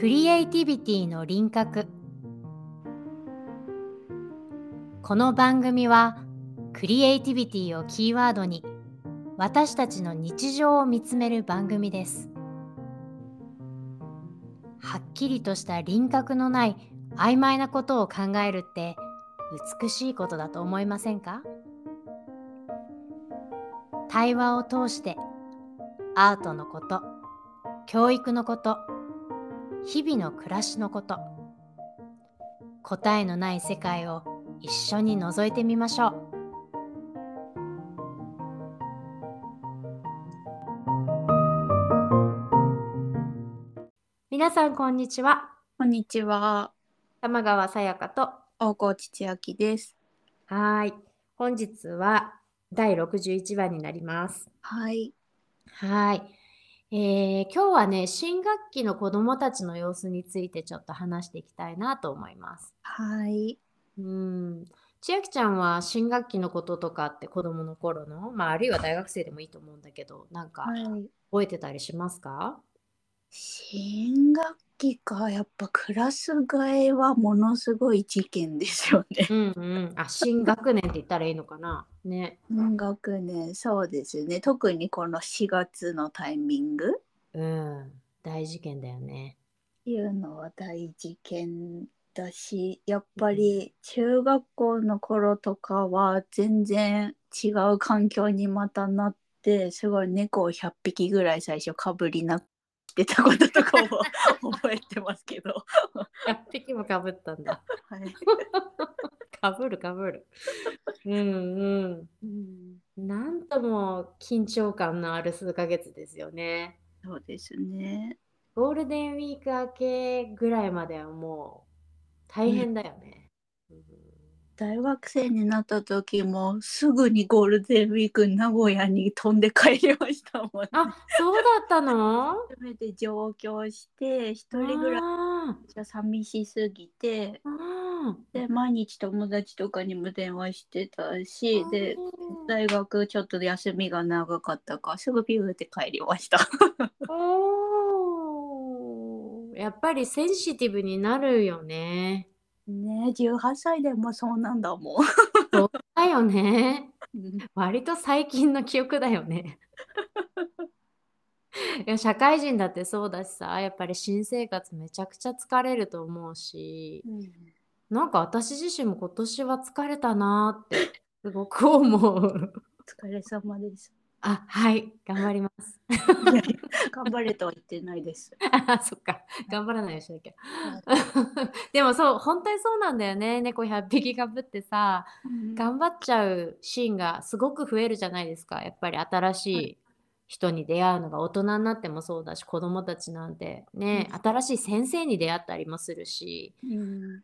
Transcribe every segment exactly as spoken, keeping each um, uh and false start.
クリエイティビティの輪郭。この番組はクリエイティビティをキーワードに私たちの日常を見つめる番組です。はっきりとした輪郭のない曖昧なことを考えるって美しいことだと思いませんか？対話を通してアートのこと、教育のこと、日々の暮らしのこと、答えのない世界を一緒に覗いてみましょう。皆さんこんにちは。 こんにちは。 玉川さやかと。 大河内千秋です。 はい。本日はだいろくじゅういちわになります。 はい。 はい。えー、今日はね、新学期の子どもたちの様子についてちょっと話していきたいなと思います。 はい。 うん。千秋ちゃんは新学期のこととかって子どもの頃の、まああるいは大学生でもいいと思うんだけど、なんかはい。 覚えてたりしますか？ 新学期か、やっぱクラス替えはものすごい事件ですよね。 うんうん。あ、新学年って言ったらいいのかな。ね。 新学年、そうですね。特にこのしがつのタイミングっうん。大事件だよね。 ていうのは大事件だし、やっぱり中学校の頃とかは全然違う環境にまたなって、すごい猫をひゃっぴきぐらい最初かぶりなってたこととかも覚えてますけど。 ひゃっぴきもかぶったんだ。 はい。 かぶるかぶる。うんうん。 うん、 なんとも緊張感のある数ヶ月ですよね。 そうですね。 ゴールデンウィーク明けぐらいまではもう大うん、 変だよね。うん、 大学生になった時もすぐにゴールデンウィーク名古屋に飛んで帰りましたもんね。 あ、そうだったの？ 初めて上京して一人暮らしあじゃ寂しすぎて、 あ、あで毎日友達とかにも電話してたあ、 し、で大学ちょっと休みが長かったからすぐピューって帰りました。 おー、やっぱりセンシティブになるよね。 ねえ、じゅうはっさいでもそうなんだもん。 そうだよね。 うん、 割と最近の記憶だよね。いや、社会人だってそうだしさ、やっぱり新生活めちゃくちゃ疲れると思うし、 うん、 なんか私自身も今年は疲れたなーってすごく思う。 お疲れ様です。 あ、はい、頑張ります。 いやいや、頑張れとは言ってないです。 あ、そっか、頑張らないようにしなきゃ。 はい。 でもそう、本当にそうなんだよね。猫ひゃっぴきかぶってさ、 うん、 頑張っちゃうシーンがすごく増えるじゃないですか。やっぱり新しはい。 い人に出会うのが大人になってもそうだし、子供たちなんてね、新しい先生に出会ったりもするし、 うん、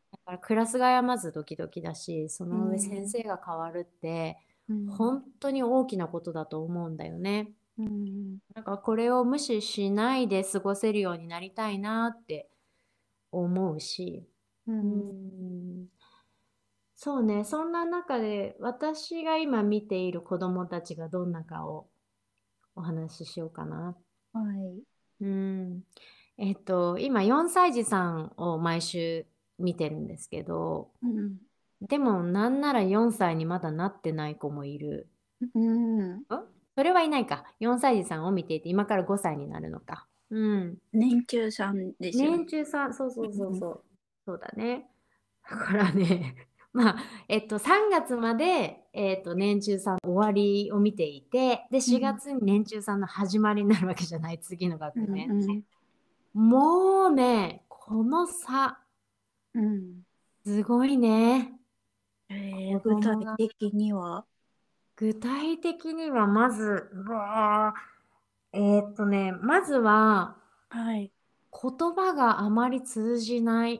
だからクラス替えはまずドキドキだし、そうの上先ん、 生が変わるってうん、 本当に大きなことだと思うんだよね。 うん、 なんかこれを無視しないで過ごせるようになりたいなって思うし、うーうん、 ん、そうね、そんな中で私が今見ている子供たちがどんなかをお話ししようかな。 はい。 うん。えっと、今よんさい児さんを毎週見てるんですけど、 うん、 でもなんならよんさいにまだなってない子もいる。 うん、 んそれはいないか。よんさい児さんを見ていて、今からごさいになるのか。うん。 年中さんですよね。 年中さん、そうそうそううん、 そう。そうだね。だからね、まあ、えっと、さんがつまで、えっと、年中さん終わりを見ていて、で、4 うん、 月に年中さんの始まりになるわけじゃない、次のうん、 学年。 うん、 もうね、この差、 うん。 すごいね。子えー、具体供が。 的には？ 具体的には、まず、うわーえーっとね、まずは、 はい。 言葉があまり通じない。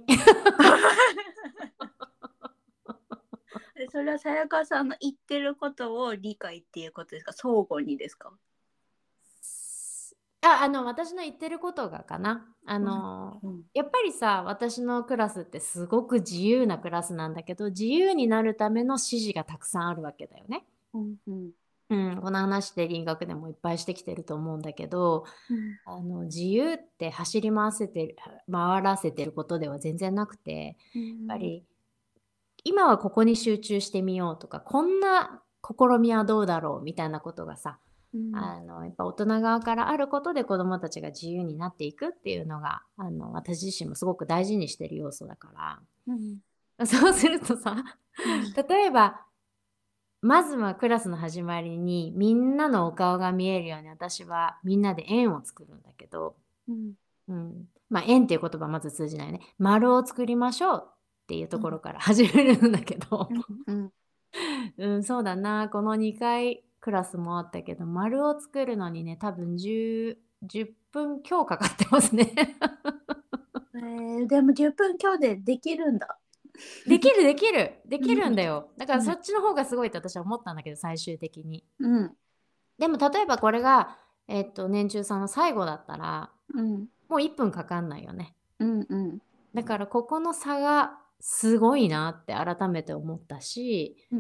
え、それはさやかさんの言ってることを理解っていうことですか？相互にですか？ あ、あの、私の言ってることがかな。あうん、 の、 うん、 やっぱりさ、私のクラスってすごく自由なクラスなんだけど、自由になるための指示がたくさんあるわけだよね。 うん、うん、 うん、この話で輪郭でもいっぱいしてきてると思うんだけど、 うん。 あの、自由って走り回せてる回らせてることでは全然なくて、やっうん。 ぱり今はここに集中してみようとか、こんな試みはどうだろうみたいなことがさ、 うん。 あの、やっぱ大人側からあることで子供たちが自由になっていくっていうのが、あの、私自身もすごく大事にしてる要素だかうん。 ら。そうするとさ、 うん。 例えば、まずはクラスの始まりにみんなのお顔が見えるように私はみんなで円を作るんだけど、 うん。 うん。まあ、円っていう言葉はまず通じないね。丸を作りましょうっていうとうん。 ころから始めるんだけど、 うん。 うん、そうだな。このにかいクラスもあったけど、丸を作るのにね、多分じゅう、じゅっぷん強かかってますね。 えー、でもじゅっぷん今日でできるんだ。 できるできるできうん。 るんだよ。だからうん。 そっちの方がすごいって私は思ったんだけど、最終的に。 うん。 でも例えばこれが、えっと、年中さんの最後だったら、 うん。 もういっぷんかかんないよね。 うん。うん。 だからここの差がすごいなって改めて思ったし、 うん。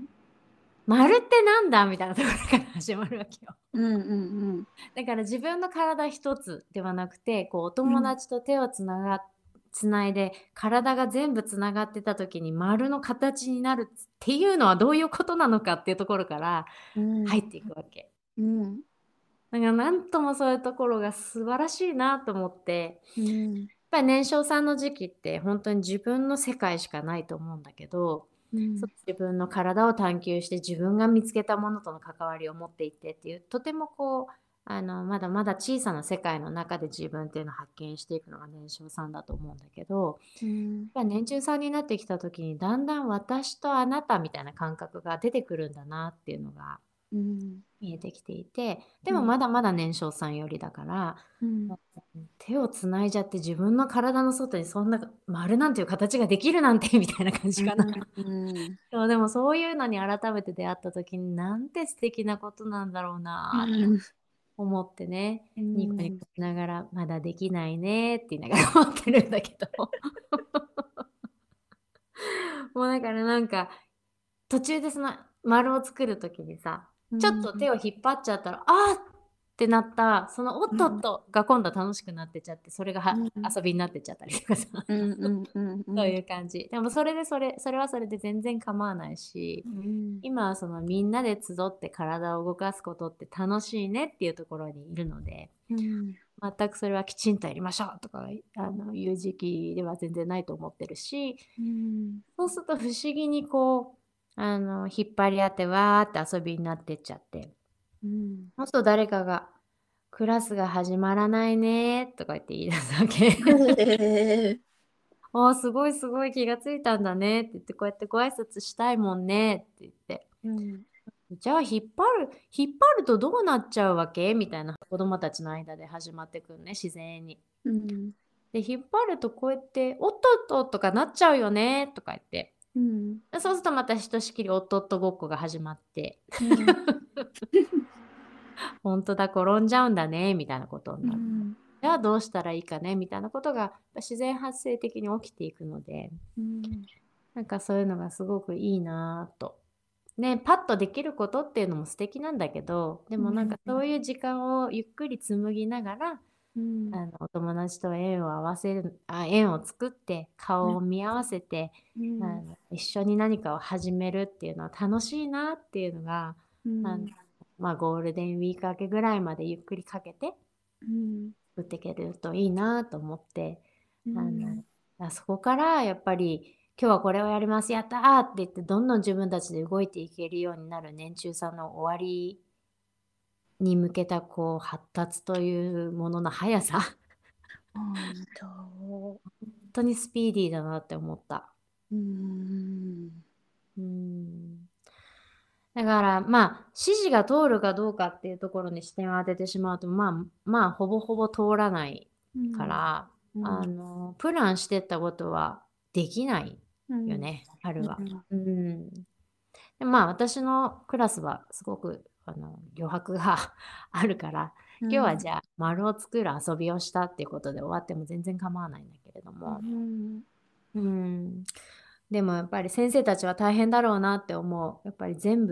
丸ってなんだみたいなところから始まるわけよ。 うん。うん。 だから自分の体一つではなくて、こうお友うん。 達と手をつながつないで、体が全部つながってた時に丸の形になるっていうのはどういうことなのかっていうところからうん。 入っていくわけ。 うん。 だからなんともそういうところが素晴らしいなと思って、 うん。 やっぱり年少さんの時期って本当に自分の世界しかないと思うんだけど、そううん。 自分の体を探求して自分が見つけたものとの関わりを持っていってっていう、とてもこう、あの、まだまだ小さな世界の中で自分っていうのを発見していくのが年少さんだと思うんだけど、 うん。 やっぱ年中さんになってきた時にだんだん私とあなたみたいな感覚が出てくるんだなっていうのがうん。 見えてきていて、でうん。 もまだまだ年少さんよりだから、 うん。 手をつないじゃって自分の体の外にそんな丸なんていう形ができるなんてみたいな感じかな。 うん。 そうでもそういうのに改めて出会った時になんて素敵なことなんだろううなってん。 思ってね、 うニコニん。 コしながらまだできないねって言いながら思ってるんだけど。もうだからなんか途中でその丸を作る時にさ、ちょっと手を引っ張っちゃったら、あーってなった、そのおっとっとが今度は楽しくなってっちゃって、それがは遊びになってっちゃったりとかさ、 うん。うん。うん。うそうん。 いう感じ。でもそれでそれそれはそれで全然構わないし、今はそのみんなで集って体を動かすことって楽しいねっていうところにいるので、 うん。 全くそれはきちんとやりましょうとかあのいう時期では全然ないと思ってるし、 うん。 そうすると不思議にこう、あの、引っ張り合ってわーって遊びになってっちゃって。 うん。 そうすると誰かが「クラスが始まらないね」とか言って言い出すわけ。 えー 「ああ、すごいすごい気がついたんだね」って言って、「こうやってご挨拶したいもんね」って言って。 うん。 「じゃあ引っ張る引っ張るとどうなっちゃうわけ？」みたいな子供たちの間で始まってくんね、自然に。 うん。 で、引っ張るとこうやって「おっとっと」とかなっちゃうよねとか言って。 うん。 で、そうするとまたひとしきりおっとっとごっこが始まって。 うん。 ほんとだ、転んじゃうんだね、みたいなことになる。 うん。 じゃあどうしたらいいかね、みたいなことが自然発生的に起きていくので、 うん。 なんかそういうのがすごくいいなぁと。ね、パッとできることっていうのも素敵なんだけど、でもなんかそういう時間をゆっくり紡ぎながら、 うん。 あの、お友達と縁を合わせるあ、縁を作って顔を見合わせて、 うん。 あの、一緒に何かを始めるっていうのは楽しいなっていうのが、あの、 うん。 まあ、ゴールデンウィーク明けぐらいまでゆっくりかけてうん。 作っていけるといいなと思って、 うあの、 ん。 あそこからやっぱり今日はこれをやります、やったーって言ってどんどん自分たちで動いていけるようになる年中さんの終わりに向けたこう発達というものの速さ、 本当。 本当にスピーディーだなって思った。 うん。 うーん。だから、まあ、指示が通るかどうかっていうところに視点を当ててしまうと、まあ、まあ、ほぼほぼ通らないうん。 から、 うん。 あの、プランしてったことはできないうん。 よね、春は。 うん。 うん。で、まあ、私のクラスはすごく、あの、余白があるから、 うん。 今日はじゃあ、丸を作る遊びをしたっていうことで終わっても全然構わないんだけれどうも。 ん。 うん。でもやっぱり先生たちは大変だろうなって思う。やっぱり全部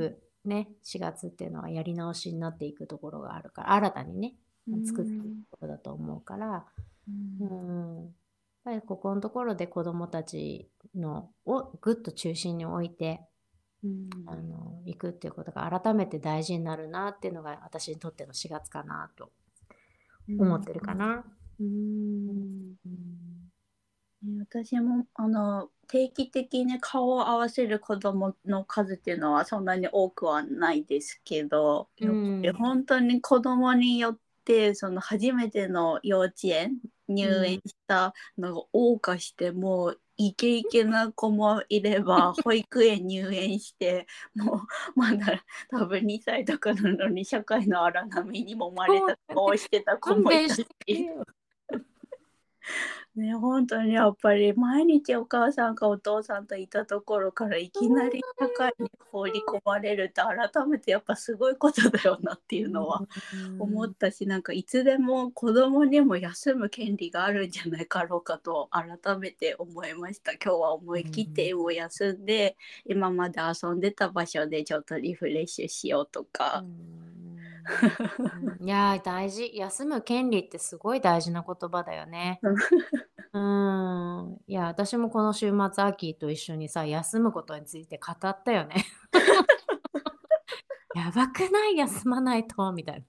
ね、しがつっていうのはやり直しになっていくところがあるから、新たにね、作っていくところだと思うから、 ううん、やっぱりここのところで子どもたちのをぐっと中心に置いて、 んあの行くっていうことが改めて大事になるなっていうのが私にとってのしがつかなと思ってるかな。 ううんんうんね私もあの定期的に顔を合わせる子供の数っていうのはそんなに多くはないですけど、 うやっぱりん本当に子供によってその初めての幼稚園入園したのが謳歌して、もうイケイケな子もいれば保育園入園してもうまだ多分にさいとかなのに社会の荒波に揉まれた顔をしてた子もいたし。 勘弁してくれよ。 ね、本当にやっぱり毎日お母さんかお父さんといたところからいきなり社会に放り込まれるって改めてやっぱすごいことだよなっていうのは思ったし、なんかいつでも子供にも休む権利があるんじゃないかろうかと改めて思いました。今日は思い切ってを休んで今まで遊んでた場所でちょっとリフレッシュしようとか。 うん、いやー大事。休む権利ってすごい大事な言葉だよね。うん。いや、私もこの週末、アキと一緒にさ、休むことについて語ったよね。やばくない？休まないとみたいな。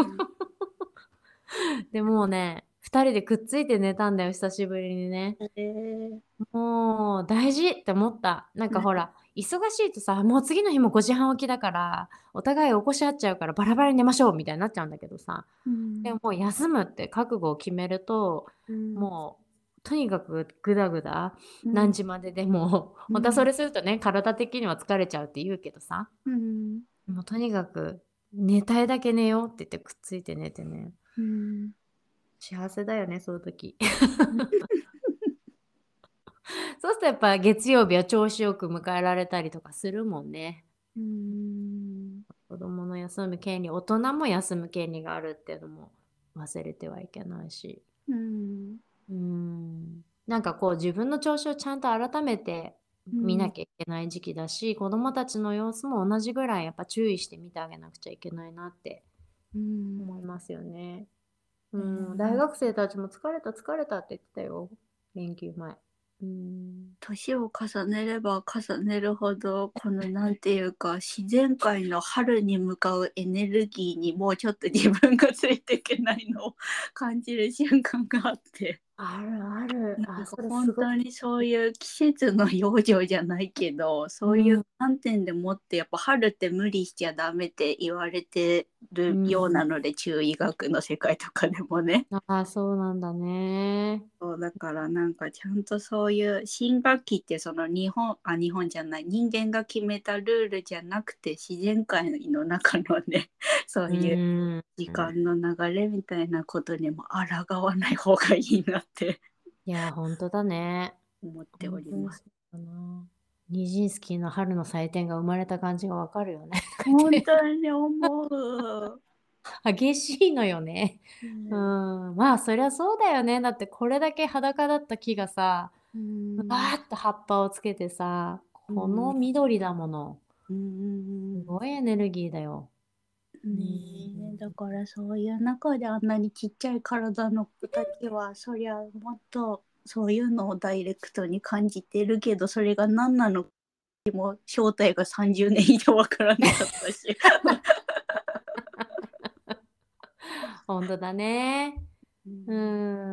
でもうね、ふたりでくっついて寝たんだよ、久しぶりにね。 えーもう大事って思った。なんかほら、忙しいとさ、もう次の日もごじはん起きだから、お互い起こし合っちゃうからバラバラに寝ましょうみたいになっちゃうんだけどさ。 うんでももう休むって覚悟を決めると、 うんもうとにかくグダグダうん何時まででも、 うん本当はそれするとね、体的には疲れちゃうって言うけどさ、 うんもうとにかく寝たいだけ寝ようって言ってくっついて寝てね。 うん幸せだよね、その時。そうするとやっぱ月曜日は調子よく迎えられたりとかするもんね。 うん子供の休む権利、大人も休む権利があるっていうのも忘れてはいけないし。 うんうーん。なんかこう自分の調子をちゃんと改めて見なきゃいけない時期だし、子供たちの様子も同じぐらいやっぱ注意して見てあげなくちゃいけないなってうん思いますよね。うえん。大ー学生たちも疲れた疲れたって言ってたよ。連休前。うん。 年を重ねれば重ねるほどこのなんていうか自然界の春に向かうエネルギーにもうちょっと自分がついていけないのを感じる瞬間があって、 あるある。あ、 なんかそれすごく。 本当にそういう季節の養生じゃないけど、そういううん。 観点でもってやっぱ春って無理しちゃダメって言われてうるようなん。 ので、中医学の世界とかでもね。 ああ、そうなんだね。 そうだからなんかちゃんとそういう新学期ってその日本あ日本じゃない人間が決めたルールじゃなくて自然界の中のねそうういうん。 時間の流れみたいなことにも抗わない方がいいなっていや、本当だね。 思ってお本当にそります。 うだな。ニジンスキーの春の祭典が生まれた感じがわかるよね。 本当に思う。 激しいのよね。 ううんん。まあ、そりゃそうだよね。だってこれだけ裸だった木がさ、 うわんーっと葉っぱをつけてさ、このうん緑だもの。すうんごいエネルギーだよ。うねえ、だん。 からそういう中であんなにちっちゃい体の子たちはそりゃもっとそういうのをダイレクトに感じてるけど、それが何なのかも正体がさんじゅうねん以上わからなかったし。 本当だね。 ううん。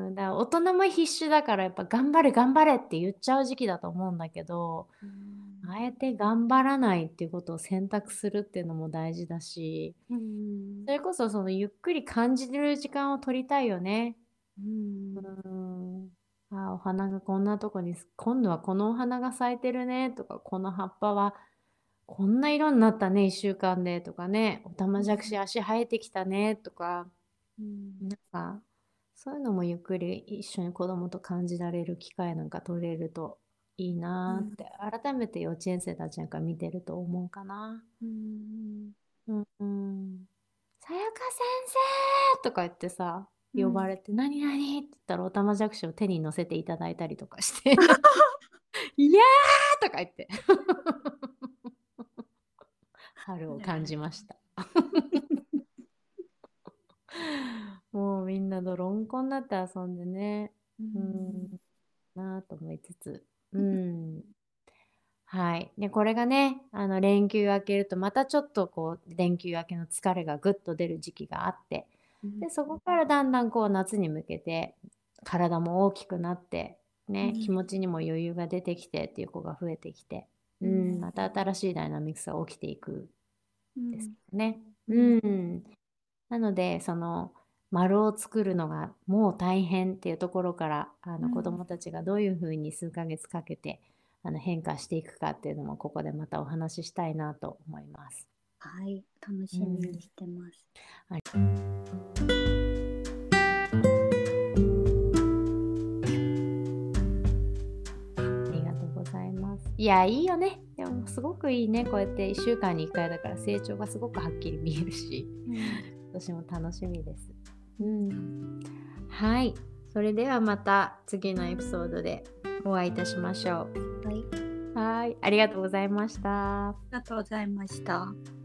だから大人も必死だからやっぱ頑張れ頑張れって言っちゃう時期だと思うんだけど、 んあえて頑張らないっていうことを選択するっていうのも大事だし、 うんそれこそそのゆっくり感じる時間を取りたいよね。 うんうん。あ、お花がこんなとこに、今度はこのお花が咲いてるねとか、この葉っぱはこんな色になったね、いっしゅうかんでとかね、おたまじゃくし足生えてきたねとか、 うんなんか、そういうのもゆっくり一緒に子供と感じられる機会なんか取れるといいなーって、改めて幼稚園生たちなんか見てると思うかな。 うんうん、うん。さやか先生とか言ってさ、 うん呼ばれて、何々って言ったらおたまじゃくしを手に乗せていただいたりとかして、いやーとか言って。 春を感じました。もうみんな泥んこになって遊んでね、 ううんん、なぁと思いつつ、うん。はい。で、これがね、あの、連休明けるとまたちょっとこう、連休明けの疲れがぐっと出る時期があって、 うんで、そこからだんだんこう夏に向けて、体も大きくなって、ね、気持ちにも余裕が出てきてっていう子が増えてきて、ううんん、また新しいダイナミクスが起きていくうんんですけどね。 ううんん。なので、その、丸を作るのがもう大変っていうところから、あの、 うん子どもたちがどういうふうに数ヶ月かけて、あの、変化していくかっていうのも、ここでまたお話ししたいなと思います。 はい、楽しみにしてます。 ありがとうございます。いや、いいよね。でも、すごくいいね。こうやっていっしゅうかんにいっかいだから成長がすごくはっきり見えるし、私も楽しみです。うん。はい。それではまた次のエピソードでお会いいたしましょう。 はい、 はい。ありがとうございました。 ありがとうございました。